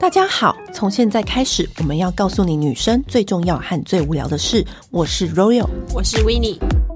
大家好，从现在开始，我们要告诉你女生最重要和最无聊的事。我是 Royal， 我是 Winnie。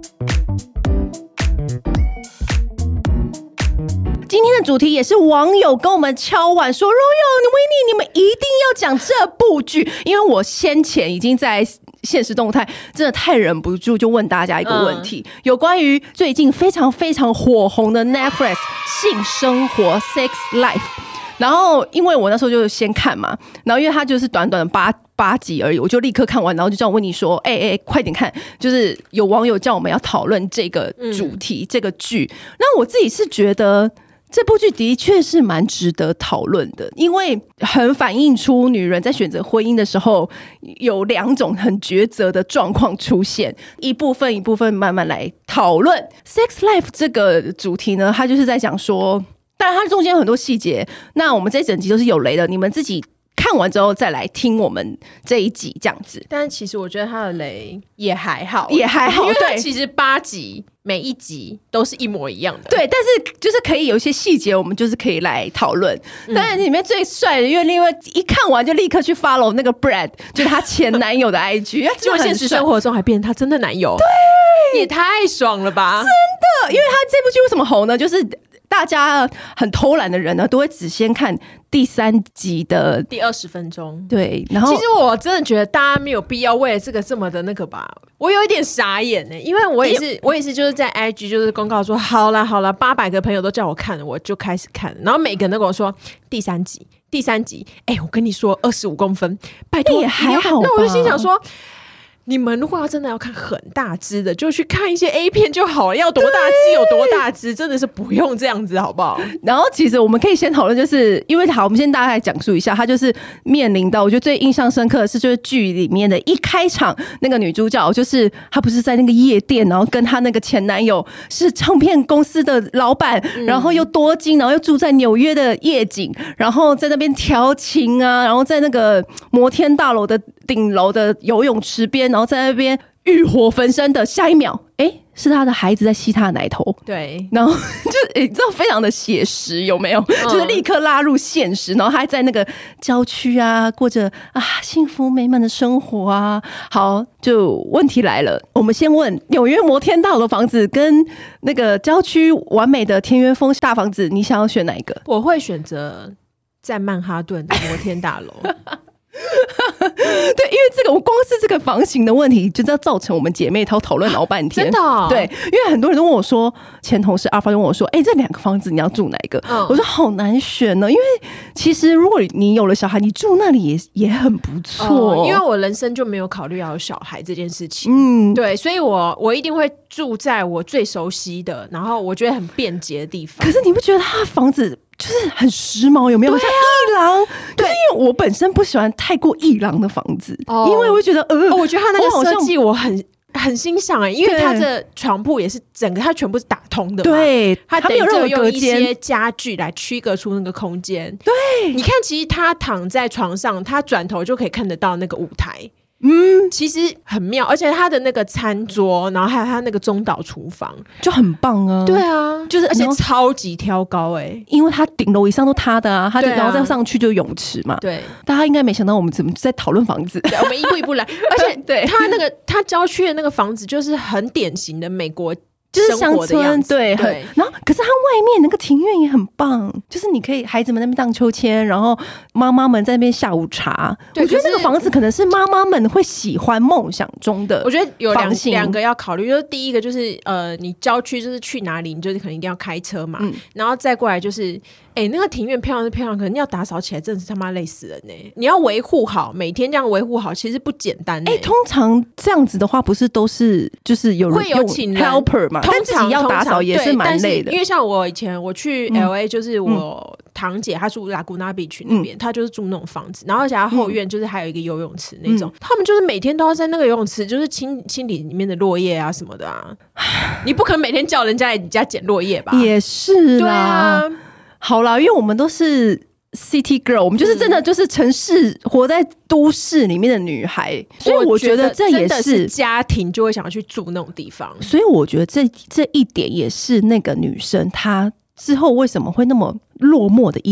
今天的主题也是网友跟我们敲碗说 Royal、Winnie 你们一定要讲这部剧，因为我先前已经在现实动态真的太忍不住就问大家一个问题，有关于最近非常非常火红的 Netflix 性生活 Sex Life。然后因为我那时候就先看嘛，然后因为它就是短短的八集而已，我就立刻看完，然后就叫我问你说快点看，就是有网友叫我们要讨论这个主题、这个剧。那我自己是觉得这部剧的确是蛮值得讨论的，因为很反映出女人在选择婚姻的时候有两种很抉择的状况出现，一部分一部分慢慢来讨论。 Sex Life 这个主题呢，它就是在讲说，当然它中间有很多细节，那我们这一整集都是有雷的，你们自己看完之后再来听我们这一集这样子。 但其实我觉得他的雷也还好， 也还好， 因为它其实8集每一集都是一模一样的。 对，但是就是可以有一些细节，我们就是可以来讨论。当然里面最帅的，因为一看完就立刻去 follow 那个 Brad， 就是他前男友的 IG， 结果现实生活中还变成他真的男友，对，也太爽了吧！ 真的，因为他这部剧为什么红呢？就是大家很偷懒的人呢，都会只先看第3集的第20分钟。 对，然后其实我真的觉得大家没有必要为了这个这么的那个吧。我有一点傻眼呢，因为我也是就是在 IG 就是公告说好啦800个朋友都叫我看了，我就开始看，然后每个人都跟我说第三集，我跟你说25公分，拜托也还好吧。 那我就心想说，你们如果要真的要看很大只的，就去看一些 A 片就好了，要多大只有多大只，真的是不用这样子，好不好？ 然后其实我们可以先讨论，就是因为好，我们先大概讲述一下，他就是面临到我觉得最印象深刻的是，就是剧里面的一开场，那个女主角就是她不是在那个夜店，然后跟她那个前男友是唱片公司的老板，然后又多金，然后又住在纽约的夜景，然后在那边调情啊，然后在那个摩天大楼的顶楼的游泳池边，然后在那边欲火焚身的下一秒，是他的孩子在吸他的奶头。 对， 然后就你知道非常的写实，有没有？就是立刻拉入现实，然后他还在那个郊区啊，过着幸福美满的生活啊。好，就问题来了，我们先问纽约摩天大楼的房子跟那个郊区完美的田园风大房子，你想要选哪一个？ 我会选择在曼哈顿的摩天大楼。 对，因为这个我光是这个房型的问题，就要造成我们姐妹淘讨论老半天。 真的对，因为很多人都问我说，前同事阿发就问我说，这2个房子你要住哪一个？我说好难选呢，因为其实如果你有了小孩，你住那里也很不错。 因为我人生就没有考虑要有小孩这件事情。对，所以我一定会住在我最熟悉的，然后我觉得很便捷的地方。 可是你不觉得他的房子就是很时髦，有没有？像艺廊，对，因为我本身不喜欢太过艺廊的房子，因为我会觉得我觉得他那个设计我很欣赏因为他的床铺也是整个它全部是打通的嘛， 对， 他没有任何用隔间， 一些家具来区隔出那个空间。 对， 你看，其实他躺在床上，他转头就可以看得到那个舞台。其实很妙，而且他的那个餐桌，然后还有他那个中岛厨房就很棒啊。 对啊， 就是而且超级挑高因为他顶楼以上都他的啊，他然后再上去就泳池嘛。 对， 大家应该没想到我们怎么在讨论房子， 对，我们一步一步来。而且对他郊区的那个房子就是很典型的美国。 就是乡村，对，然后可是它外面那个庭院也很棒，就是你可以孩子们在那边荡秋千，然后妈妈们在那边下午茶。我觉得那个房子可能是妈妈们会喜欢梦想中的。 我觉得有两个要考虑，就是第一个就是你郊区就是去哪里，你就是可能一定要开车嘛，然后再过来就是那个庭院漂亮是漂亮，可能要打扫起来真的是他妈累死人你要维护好，每天这样维护好其实不简单通常这样子的话不是都是就是有人会有请 helper 嘛，但自己要打扫也是蛮累的。 因为像我以前我去 LA 就是我堂姐她住拉古纳比区那边，她就是住那种房子，然后而且她后院就是还有一个游泳池那种，他们就是每天都要在那个游泳池就是清理里面的落叶啊什么的啊，你不可能每天叫人家来你家捡落叶吧？ 也是啦， 对啊， 好啦，因为我们都是 City Girl， 我们就是真的就是城市活在都市里面的女孩，所以我觉得这也是家庭就会想要去住那种地方， 所以我觉得这一点也是那个女生她之后为什么会那么落寞的一点。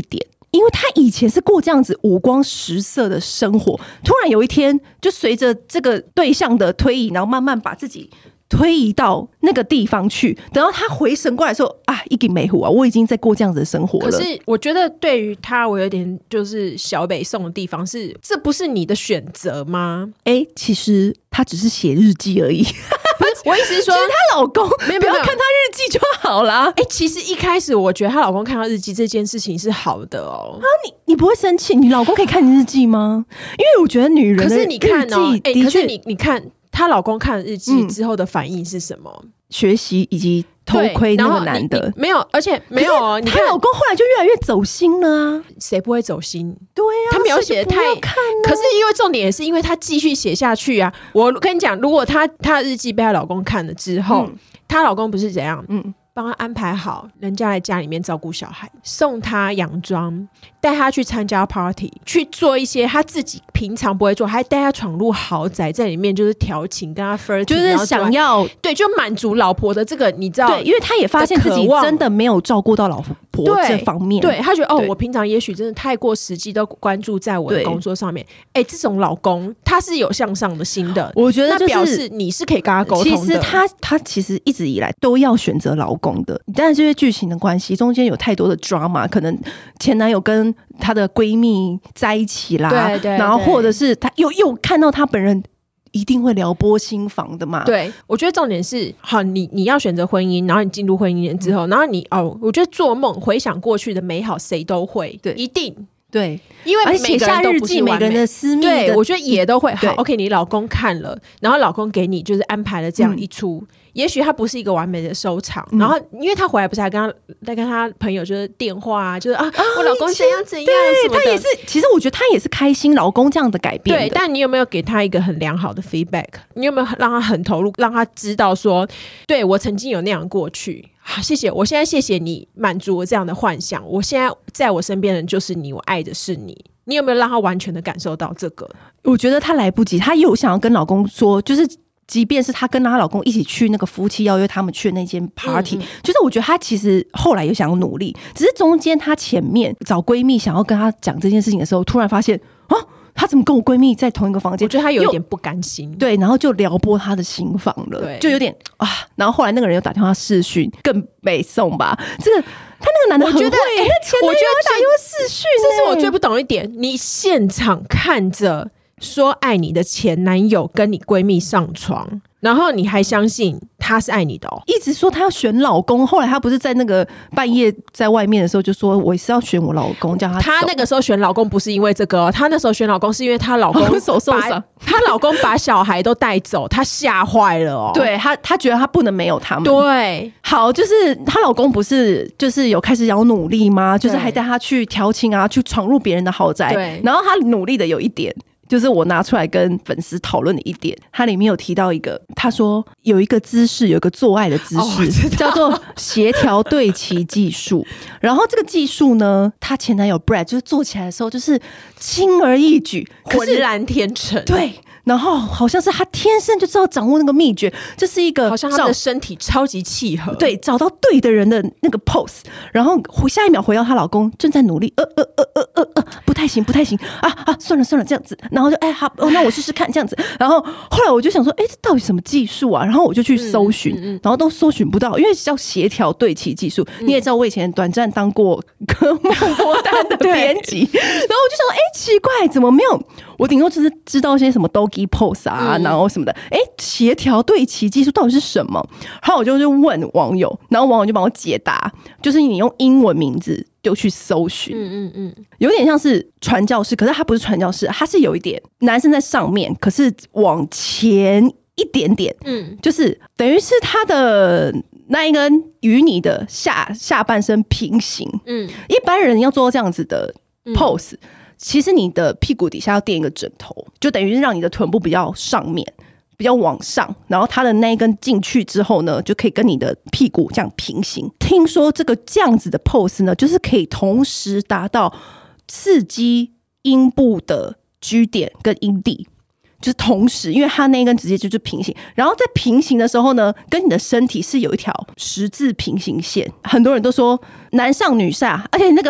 因为他以前是过这样子五光十色的生活，突然有一天就随着这个对象的推移，然后慢慢把自己推移到那个地方去，等到他回神过来的时候啊，已经没糊啊，我已经在过这样子的生活了。 可是我觉得对于他，我有点就是小北宋的地方是，这不是你的选择吗？ 其实他只是写日记而已。 我意思是说， 其实她老公没有不要看她日记就好啦。 其实一开始我觉得她老公看到日记这件事情是好的哦。 你不会生气？你老公可以看你日记吗？因为我觉得女人的日记的确， 可是你看可是你看她老公看了日记之后的反应是什么？ 学习以及偷窥那个男的没有，而且没有哦。 她老公后来就越来越走心了啊！ 谁不会走心？ 对啊， 他描写的太可是因为重点也是因为他继续写下去啊。我跟你讲，如果她的日记被她老公看了之后，她老公不是怎样？帮他安排好人家来家里面照顾小孩，送他洋装，带他去参加 party， 去做一些他自己平常不会做，还带他闯入豪宅，在里面就是调情跟他 flirting， 就是想要对，就满足老婆的这个你知道， 对，因为他也发现自己真的没有照顾到老婆这方面， 对，他觉得我平常也许真的太过实际，都关注在我的工作上面。这种老公他是有向上的心的， 我觉得那表示你是可以跟他沟通的。 其实他其实一直以来都要选择老公的，但是因为剧情的关系，中间有太多的 drama， 可能前男友跟她的闺蜜在一起啦， 对， 然后或者是他又看到他本人。一定会撩拨心房的嘛？ 对，我觉得重点是，好，你要选择婚姻，然后你进入婚姻之后，然后我觉得做梦回想过去的美好，谁都会，对，一定对， 因为写下日记，每个人的私密的， 对，我觉得也都会。好 ，OK， 你老公看了，然后老公给你就是安排了这样一出。也许他不是一个完美的收场，然后因为他回来不是还在跟他朋友就是电话啊，就是我老公怎样怎样什么的， 他也是，其实我觉得他也是开心老公这样的改变的， 对。但你有没有给他一个很良好的 feedback？ 你有没有让他很投入，让他知道说，对我曾经有那样过去？好，谢谢，我现在谢谢你满足我这样的幻想，我现在在我身边的人就是你，我爱的是你。你有没有让他完全的感受到这个？ 我觉得他来不及，他有想要跟老公说，就是。即便是她跟她老公一起去那个夫妻邀约他们去的那间 party，就是我觉得她其实后来有想要努力，只是中间她前面找闺蜜想要跟她讲这件事情的时候，突然发现她怎么跟我闺蜜在同一个房间？ 我觉得她有一点不甘心， 对，然后就撩拨她的心房了，就有点然后后来那个人又打电话视讯，更北宋吧，这个。他那个男的很会， 我觉得前男友打电话视讯， 这是我最不懂一点。你现场看着说爱你的前男友跟你闺蜜上床，然后你还相信他是爱你的哦？ 一直说他要选老公，后来他不是在那个半夜在外面的时候就说我是要选我老公，叫他走。 他那个时候选老公不是因为这个哦，他那时候选老公是因为她老公手受伤， 她老公把小孩都带走，她吓坏了哦。 对，她觉得她不能没有他们。 对， 好，就是她老公不是就是有开始要努力吗？就是还带她去调情啊，去闯入别人的豪宅。 对， 然后她努力的有一点。就是我拿出来跟粉丝讨论的一点，它里面有提到一个，他说有一个姿势，有一个做爱的姿势，叫做协调对齐技术。然后这个技术呢，她前男友 Brad 就是做起来的时候，就是轻而易举， 浑然天成。 对。然后好像是他天生就知道掌握那个秘诀，这是一个好像他的身体超级契合， 对，找到对的人的那个 pose， 然后下一秒回到她老公正在努力，不太行算了这样子，然后就好，那我试试看这样子，然后后来我就想说，这到底什么技术啊？然后我就去搜寻，然后都搜寻不到，因为叫协调对齐技术。你也知道，我以前短暂当过科梦波丹的编辑，然后我就想说，奇怪，怎么没有？我顶多就是知道一些什么 doggy pose 啊，然后什么的，协调对齐技术到底是什么？然后我就问网友，然后网友就帮我解答，就是你用英文名字就去搜寻，有点像是传教士，可是他不是传教士，他是有一点男生在上面，可是往前一点点，就是等于是他的那一根与你的下半身平行，一般人要做到这样子的 pose。其实你的屁股底下要垫一个枕头，就等于是让你的臀部比较上面，比较往上，然后它的那一根进去之后呢，就可以跟你的屁股这样平行。听说这样子的 pose 呢，就是可以同时达到刺激阴部的 G 点跟阴蒂，就是同时，因为它那一根直接就是平行，然后在平行的时候呢，跟你的身体是有一条十字平行线。很多人都说男上女下，而且那个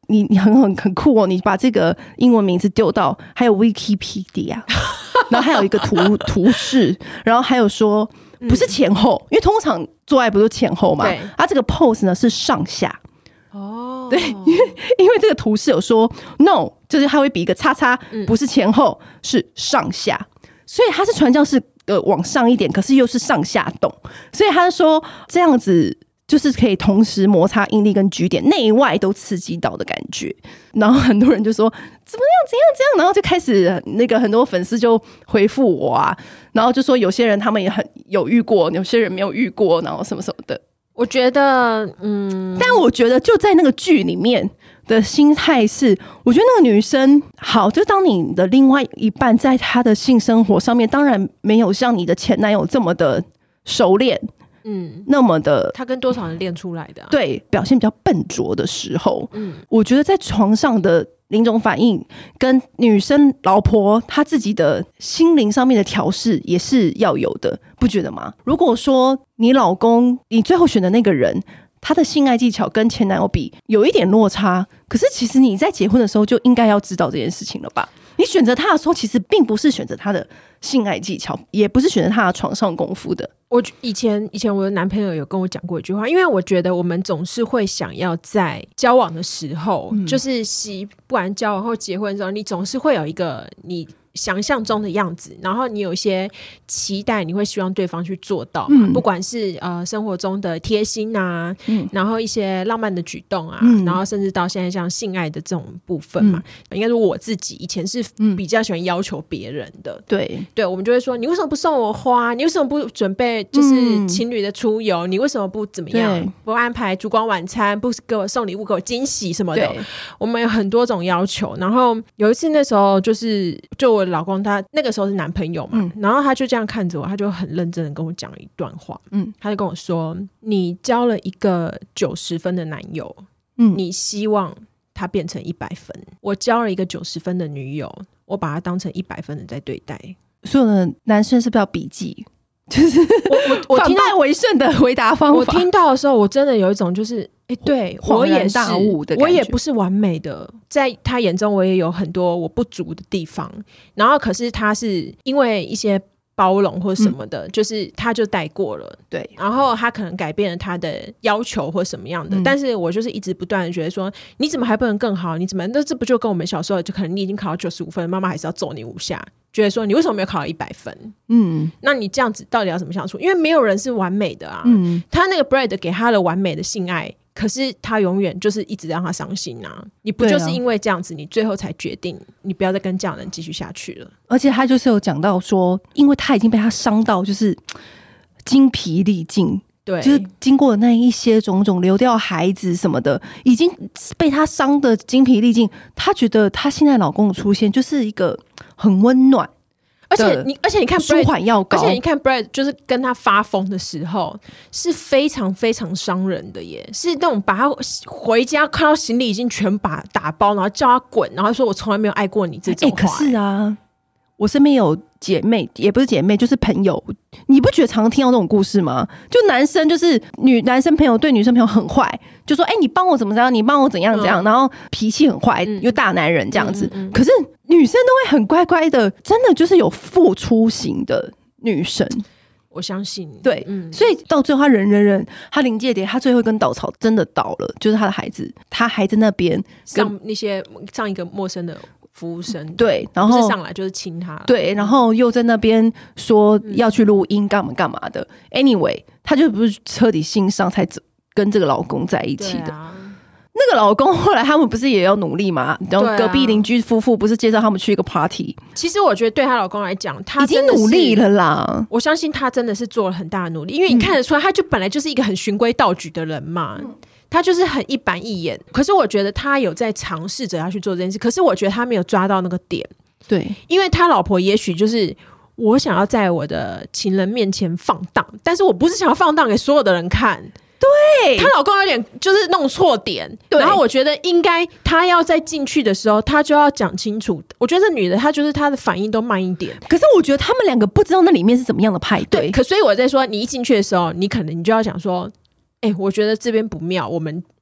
你很酷哦，你把这个英文名字丢到还有 Wikipedia， 然后还有一个图示，然后还有说不是前后，因为通常做爱不是前后嘛，这个 pose 呢是上下。哦，对，因为这个图示有说 no， 就是他会比一个叉叉，不是前后，是上下，所以它是传教士往上一点，可是又是上下动，所以他就说这样子就是可以同时摩擦阴蒂跟 G 点，内外都刺激到的感觉。然后很多人就说怎么样，然后就开始那个很多粉丝就回复我啊，然后就说有些人他们也很有遇过，有些人没有遇过，然后什么什么的。 我觉得， 但我觉得就在那个剧里面的心态是，我觉得那个女生好，就当你的另外一半在她的性生活上面，当然没有像你的前男友这么的熟练，那么的， 他跟多少人练出来的、啊？ 对，表现比较笨拙的时候，我觉得在床上的临终反应跟女生老婆她自己的心灵上面的调试也是要有的，不觉得吗？如果说你老公你最后选的那个人他的性爱技巧跟前男友比有一点落差，可是其实你在结婚的时候就应该要知道这件事情了吧？你选择他的时候其实并不是选择他的性爱技巧，也不是选择他的床上功夫的。 我以前我的男朋友有跟我讲过一句话，因为我觉得我们总是会想要在交往的时候，就是不管交往或结婚的时候，你总是会有一个你想象中的样子，然后你有一些期待，你会希望对方去做到嘛，不管是生活中的贴心啊，然后一些浪漫的举动啊，然后甚至到现在像性爱的这种部分嘛，应该说我自己以前是比较喜欢要求别人的，对，我们就会说你为什么不送我花，你为什么不准备就是情侣的出游，你为什么不怎么样，不安排烛光晚餐，不给我送礼物，给我惊喜什么的，我们有很多种要求。然后有一次那时候就我老公他那个时候是男朋友嘛，然后他就这样看着我，他就很认真的跟我讲了一段话，他就跟我说，你交了一个90分的男友，你希望他变成100分，我交了一个90分的女友，我把他当成100分的在对待。 所有的男生是不是要笔记？就是我反败为胜的回答方法。 我听到的时候，我真的有一种就是对，我也是大悟的感觉， 我也不是完美的，在他眼中我也有很多我不足的地方，然后可是他是因为一些包容或什么的，就是他就带过了，对，然后他可能改变了他的要求或什么样的，但是我就是一直不断的觉得说，你怎么还不能更好？你怎么那这不就跟我们小时候就可能你已经考到95分，妈妈还是要揍你5下，觉得说你为什么没有考到100分？那你这样子到底要怎么相处？因为没有人是完美的啊。他那个 Brad 给他的完美的性爱，可是他永远就是一直让他伤心啊。你不就是因为这样子，你最后才决定你不要再跟这样的人继续下去了？ 而且他就是有讲到说，因为他已经被他伤到，就是精疲力尽。对，就是经过那一些种种流掉孩子什么的，已经被他伤得精疲力尽。他觉得他现在老公的出现就是一个很温暖， 而且你看 Brad 舒缓药膏， 而且你看 Brad 就是跟他发疯的时候是非常非常伤人的耶，是那种把他回家看到行李已经全把打包，然后叫他滚，然后说我从来没有爱过你这种话。 可是啊，我身边有姐妹，也不是姐妹，就是朋友，你不觉得常常听到这种故事吗？就男生就是男生朋友对女生朋友很坏，就说你帮我怎么着，你帮我怎样怎样，然后脾气很坏，又大男人这样子。可是女生都会很乖乖的，真的就是有付出型的女生。 我相信， 对，所以到最后他忍，他临界点，他最后一根稻草真的倒了，就是他的孩子，他还在那边上一个陌生的服务生， 对，然后不是上来就是亲他， 对，然后又在那边说要去录音干嘛的。Anyway， 他就不是彻底心伤才跟这个老公在一起的。那个老公后来他们不是也要努力吗？然后隔壁邻居夫妇不是介绍他们去一个 party？ 其实我觉得对她老公来讲，他已经努力了啦。 我相信他真的是做了很大的努力，因为你看得出来，他就本来就是一个很循规蹈矩的人嘛。他就是很一板一眼，可是我觉得他有在尝试着要去做这件事，可是我觉得他没有抓到那个点。对，因为他老婆也许就是我想要在我的情人面前放荡，但是我不是想要放荡给所有的人看。对，她老公有点就是弄错点，然后我觉得应该她要在进去的时候，她就要讲清楚。我觉得这女的她就是她的反应都慢一点， 可是我觉得他们两个不知道那里面是怎么样的派对。 可所以我在说，你一进去的时候，你可能你就要讲说，我觉得这边不妙，我们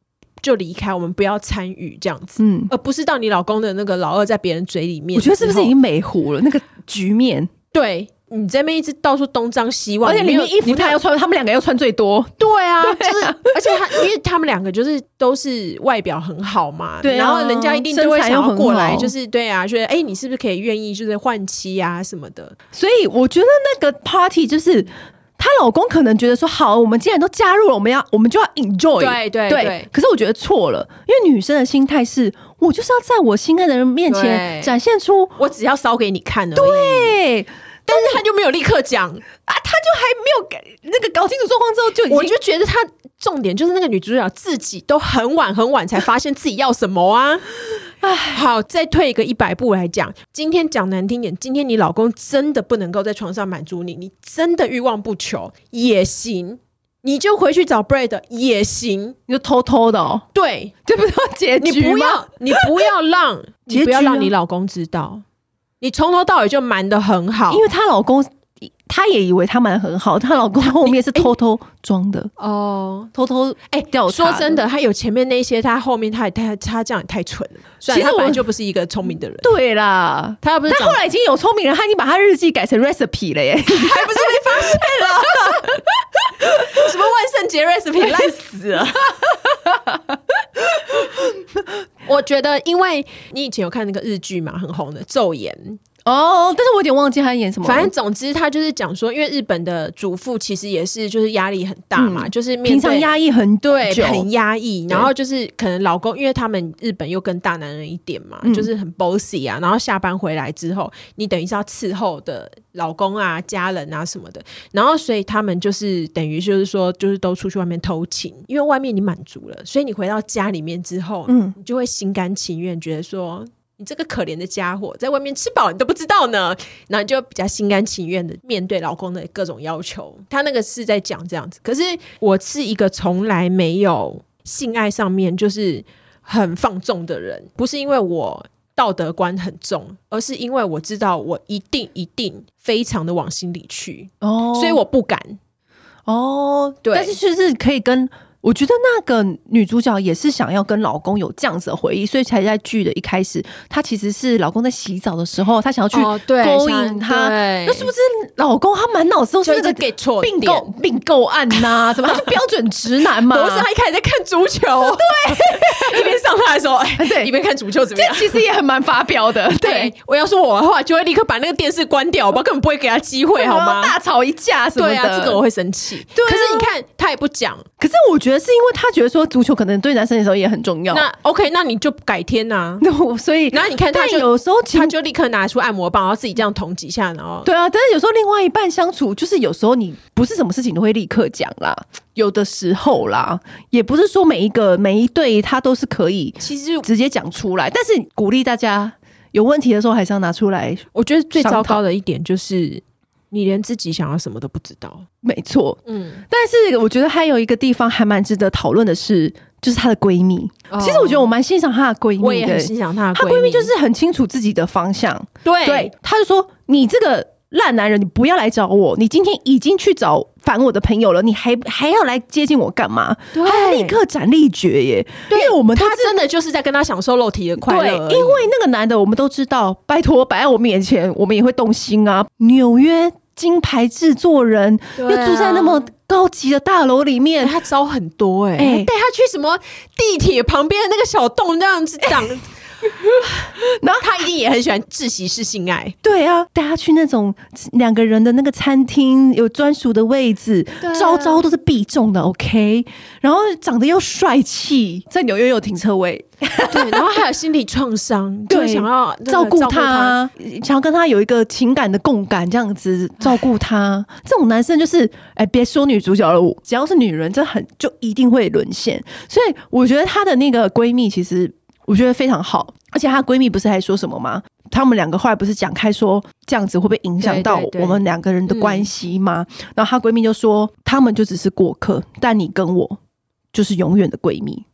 就离开，我们不要参与这样子，而不是到你老公的那个老二在别人嘴里面。 我觉得是不是已经美糊了那个局面？ 对，你这边一直到处东张西望， 而且里面衣服他要穿，他们两个要穿最多。 对啊，就是而且因为他们两个就是都是外表很好嘛， 对啊， 然后人家一定就会想要过来，就是对啊，觉得你是不是可以愿意就是换妻啊什么的。 所以我觉得那个 party 就是她老公可能觉得说，好，我们既然都加入了，我们就要 enjoy。对。可是我觉得错了，因为女生的心态是，我就是要在我心爱的人面前展现出， 我只要烧给你看而已。 对。 但是他就没有立刻讲啊，他就还没有那个搞清楚状况之后就已经， 我就觉得他重点就是那个女主角自己都很晚才发现自己要什么啊。好，再退一个100步来讲，今天讲难听点，今天你老公真的不能够在床上满足你，你真的欲望不求也行，你就回去找 Brad 也行， 你就偷偷的哦。 对， 这不是结局吗？ 你不要让你老公知道。你从头到尾就瞒得很好， 因为她老公她也以为她瞒得很好，她老公后面是偷偷装的哦， 偷偷调查。 说真的，他有前面那些，他后面他这样也太蠢了。虽然他本来就不是一个聪明的人， 对啦， 他不是， 但后来已经有聪明人，他已经把他日记改成 recipe 了耶，还不是被发现了？什么万圣节 recipe 烂死了。我觉得，因为你以前有看那个日剧嘛，很红的《昼颜》 哦，但是我有点忘记他演什么。 反正总之，他就是讲说，因为日本的主妇其实也是就是压力很大嘛，就是平常压抑很久， 对，很压抑。然后就是可能老公，因为他们日本又更大男人一点嘛，就是很 bossy 啊。然后下班回来之后，你等于是要伺候的老公啊、家人啊什么的。然后所以他们就是等于就是说，就是都出去外面偷情，因为外面你满足了，所以你回到家里面之后，你就会心甘情愿觉得说，你这个可怜的家伙在外面吃饱你都不知道呢，然后你就比较心甘情愿的面对老公的各种要求。他那个是在讲这样子，可是我是一个从来没有性爱上面就是很放纵的人，不是因为我道德观很重，而是因为我知道我一定非常的往心里去，所以我不敢。对， 但是就是可以跟。我觉得那个女主角也是想要跟老公有这样子的回忆，所以才在剧的一开始，她其实是老公在洗澡的时候，她想要去勾引他。那是不是老公他满脑子都是那个并购案呐？怎么他是标准直男嘛？ 不是，他一开始在看足球，对，一边上他的时候，对，一边看足球怎么样？ 这其实也很蛮发飙的。对， 我要说我的话，就会立刻把那个电视关掉，我根本不会给他机会，好吗？ 大吵一架什么的， 对啊，这个我会生气。对，可是你看他也不讲， 可是我觉得是因为他觉得说足球可能对男生的时候也很重要。 那 OK， 那你就改天啊。 所以， 然后你看他就有时候他就立刻拿出按摩棒，然后自己这样捅几下，然后对啊。但是有时候另外一半相处，就是有时候你不是什么事情都会立刻讲啦，有的时候啦，也不是说每一对他都是可以，其实直接讲出来。但是鼓励大家有问题的时候还是要拿出来。 我觉得最糟糕的一点就是。你连自己想要什么都不知道， 没错。但是我觉得还有一个地方还蛮值得讨论的是，就是她的闺蜜。其实我觉得我蛮欣赏她的闺蜜的， 我也很欣赏她的闺蜜。她闺蜜就是很清楚自己的方向， 对， 她就说：“你这个烂男人，你不要来找我，你今天已经去找烦我的朋友了，你还要来接近我干嘛？”她立刻斩立决耶！因为我们她真的就是在跟她享受肉体的快乐。 因为那个男的，我们都知道，拜托摆在我们眼前，我们也会动心啊。纽约金牌制作人，又住在那么高级的大楼里面， 他招很多带他去什么地铁旁边的那个小洞这样子挡。然后他一定也很喜欢窒息式性爱， 对啊，带他去那种2个人的那个餐厅，有专属的位置，招招都是必中的 OK， 然后长得又帅气，在纽约有停车位， 对，然后还有心理创伤，对，想要照顾他，想要跟他有一个情感的共感，这样子照顾他。这种男生就是别说女主角了，只要是女人，就一定会沦陷。所以我觉得她的那个闺蜜其实我觉得非常好，而且她闺蜜不是还说什么吗？他们2个后来不是讲开说这样子会不会影响到我们2个人的关系吗？然后她闺蜜就说他们就只是过客，但你跟我就是永远的闺蜜。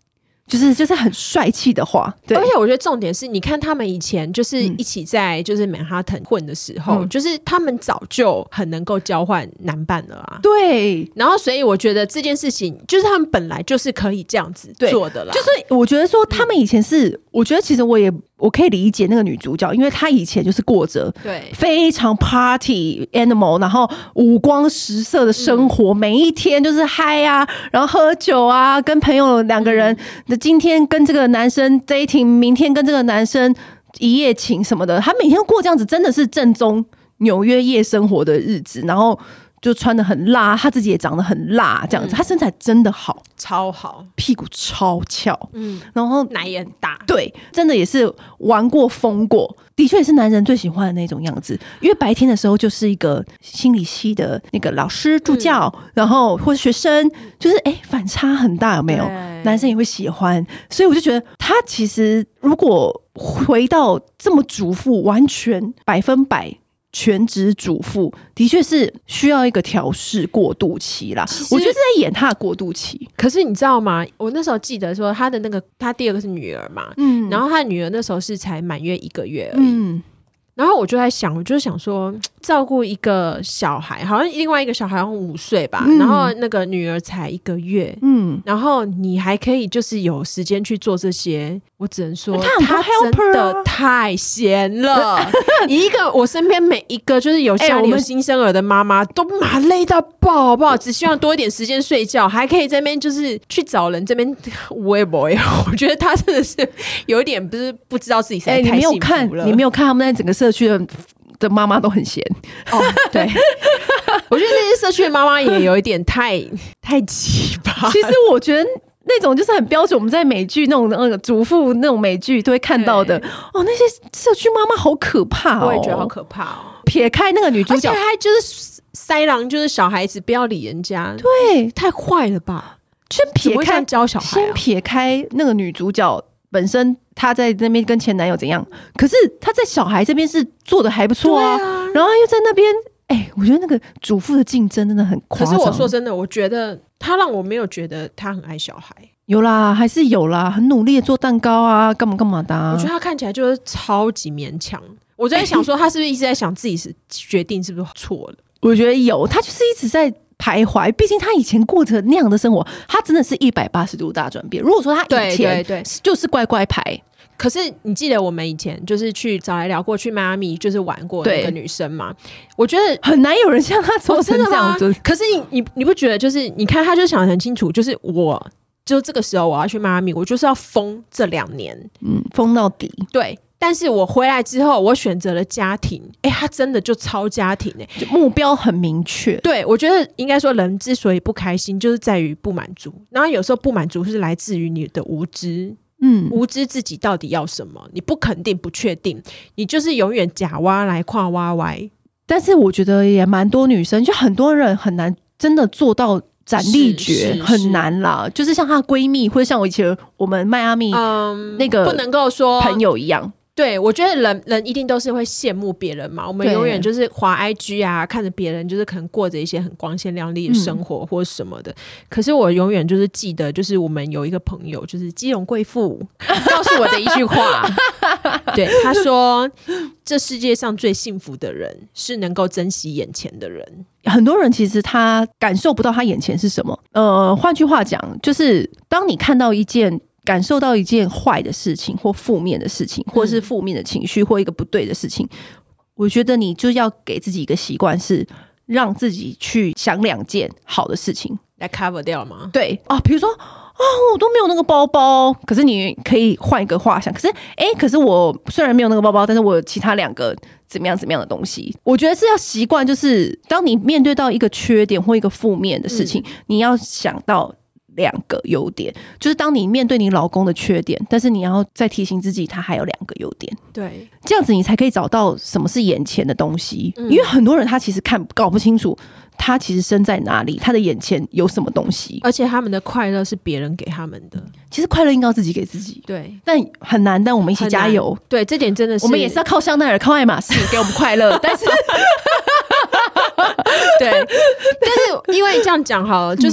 就是很帅气的话。对， 而且我觉得重点是，你看他们以前就是一起在就是曼哈顿混的时候，就是他们早就很能够交换男伴了啊。 对， 然后所以我觉得这件事情就是他们本来就是可以这样子做的啦。 就是我觉得说他们以前是，我觉得其实我可以理解那个女主角，因为她以前就是过着对非常 party animal， 然后五光十色的生活，每一天就是嗨啊，然后喝酒啊，跟朋友2个人，今天跟这个男生 dating， 明天跟这个男生一夜情什么的，她每天过这样子，真的是正宗纽约夜生活的日子，然后就穿得很辣，她自己也长得很辣，这样子，她身材真的好， 超好， 屁股超翘，然后奶也很大， 对，真的也是玩过疯过，的确也是男人最喜欢的那种样子。因为白天的时候就是一个心理系的那个老师助教，然后或者学生，就是反差很大，有没有？男生也会喜欢，所以我就觉得他其实如果回到这么主妇，完全100%。全职主妇的确是需要一个调试过渡期啦，我觉得是在演他的过渡期。 可是你知道吗？我那时候记得说他的那个，他第2个是女儿嘛，然后他的女儿那时候是才满月1个月而已，然后我就在想，我就想说，照顾一个小孩，好像另外一个小孩好像5岁吧，然后那个女儿才1个月，然后你还可以就是有时间去做这些，我只能说他真的太闲了。一个我身边每一个就是有家里有新生儿的妈妈都妈累到爆，好不好？只希望多一点时间睡觉，还可以在那边就是去找人这边微博。我觉得他真的是有一点不知道自己实在太幸福了。 你没有看他们在整个社区的妈妈都很闲哦，对，我觉得那些社区的妈妈也有一点太奇葩。 其实我觉得那种就是很标准，我们在美剧那种主妇那种美剧都会看到的哦。那些社区妈妈好可怕哦， 我也觉得好可怕哦。 撇开那个女主角， 而且还就是塞狼，就是小孩子不要理人家， 对， 太坏了吧？ 先撇开教小孩， 先撇开那个女主角本身，她在那边跟前男友怎样，可是她在小孩这边是做的还不错啊，然后又在那边。我觉得那个主妇的竞争真的很夸张。 可是我说真的，我觉得他让我没有觉得他很爱小孩。 有啦，还是有啦，很努力的做蛋糕啊，干嘛的啊。 我觉得他看起来就是超级勉强。我就在想说，他是不是一直在想自己是决定是不是错了？ 我觉得有，他就是一直在徘徊。毕竟他以前过着那样的生活，他真的是180度大转变。如果说他以前就是乖乖牌。 可是你记得我们以前就是找来聊过去迈阿密就是玩过那个女生吗？我觉得很难有人像她做成这样子。 可是你不觉得就是你看她就想得很清楚，就是就这个时候我要去迈阿密，我就是要疯这2年， 疯到底。 对，但是我回来之后，我选择了家庭，她真的就超家庭就目标很明确。 对，我觉得应该说人之所以不开心，就是在于不满足，然后有时候不满足是来自于你的无知。无知自己到底要什么，你不肯定不确定，你就是永远假挖来跨挖歪。 但是我觉得也蛮多女生，就很多人很难真的做到斩立决，很难啦。就是像她的闺蜜，或者像我以前我们迈阿密那个不能够说朋友一样。 对，我觉得人一定都是会羡慕别人嘛。我们永远就是滑 IG 啊，看着别人就是可能过着一些很光鲜亮丽的生活或什么的。可是我永远就是记得，就是我们有一个朋友，就是基隆贵妇告诉我的一句话，对，他说：“这世界上最幸福的人是能够珍惜眼前的人。” 很多人其实他感受不到他眼前是什么。换句话讲，就是当你感受到一件坏的事情或负面的事情，或是负面的情绪或一个不对的事情，我觉得你就要给自己一个习惯，是让自己去想2件好的事情来 cover 掉吗？ 对啊，比如说我都没有那个包包，可是你可以换一个画像，可是我虽然没有那个包包，但是我有其他2个怎么样的东西。我觉得是要习惯，就是当你面对到一个缺点或一个负面的事情，你要想到2个优点，就是当你面对你老公的缺点，但是你要再提醒自己他还有2个优点， 对， 这样子你才可以找到什么是眼前的东西。因为很多人他其实搞不清楚他其实身在哪里，他的眼前有什么东西， 而且他们的快乐是别人给他们的。 其实快乐应该要自己给自己， 对， 但很难，但我们一起加油。 对，这点真的是我们也是要靠香奈儿靠爱马仕给我们快乐但是对，但是因为这样讲好了，就是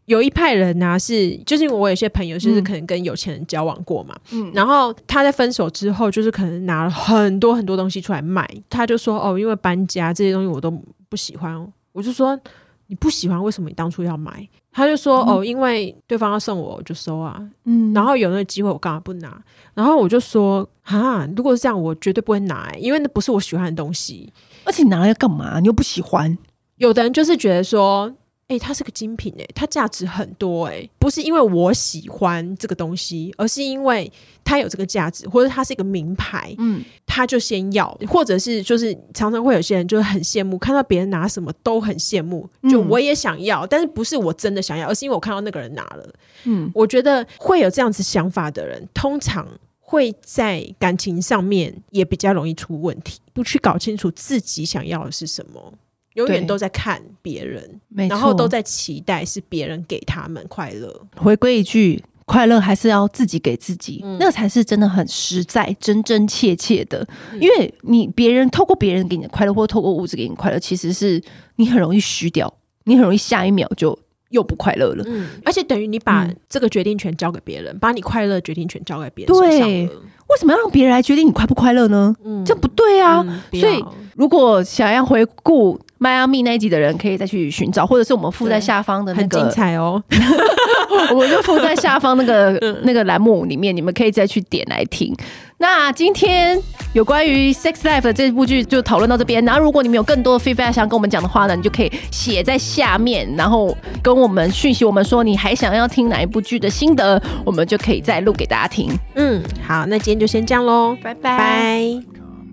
有一派人啊就是因为我有些朋友就是可能跟有钱人交往过嘛，然后他在分手之后就是可能拿了很多很多东西出来卖，他就说因为搬家这些东西我都不喜欢，我就说你不喜欢为什么你当初要买？他就说因为对方要送我就收啊，然后有那个机会我干嘛不拿？然后我就说如果是这样我绝对不会拿因为那不是我喜欢的东西， 而且你拿来要干嘛？你又不喜欢。 有的人就是觉得说它是个精品它价值很多不是因为我喜欢这个东西，而是因为它有这个价值，或者它是一个名牌他就先要，或者是就是常常会有些人就是很羡慕，看到别人拿什么都很羡慕，就我也想要但是不是我真的想要，而是因为我看到那个人拿了我觉得会有这样子想法的人通常会在感情上面也比较容易出问题，不去搞清楚自己想要的是什么，永远都在看别人，然后都在期待是别人给他们快乐。 回归一句，快乐还是要自己给自己，那才是真的很实在真真切切的因为你别人透过别人给你的快乐，或透过物质给你的快乐，其实是你很容易虚掉，你很容易下一秒就又不快乐了而且等于你把这个决定权交给别人，把你快乐的决定权交给别人手上了。 对，为什么要让别人来决定你快不快乐呢？这不对啊所以如果想要回顾迈阿密那一集的人可以再去寻找，或者是我们附在下方的那个很精彩我们就附在下方那个栏目里面，你们可以再去点来听。那今天有关于 Sex Life 的这部剧就讨论到这边，然后如果你们有更多的 feedback 想跟我们讲的话呢，你就可以写在下面，然后跟我们讯息我们说你还想要听哪一部剧的心得，我们就可以再录给大家听。 好，那今天就先这样咯， 拜拜拜。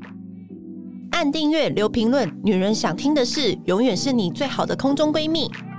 按订阅留评论，女人想听的事永远是你最好的空中闺蜜。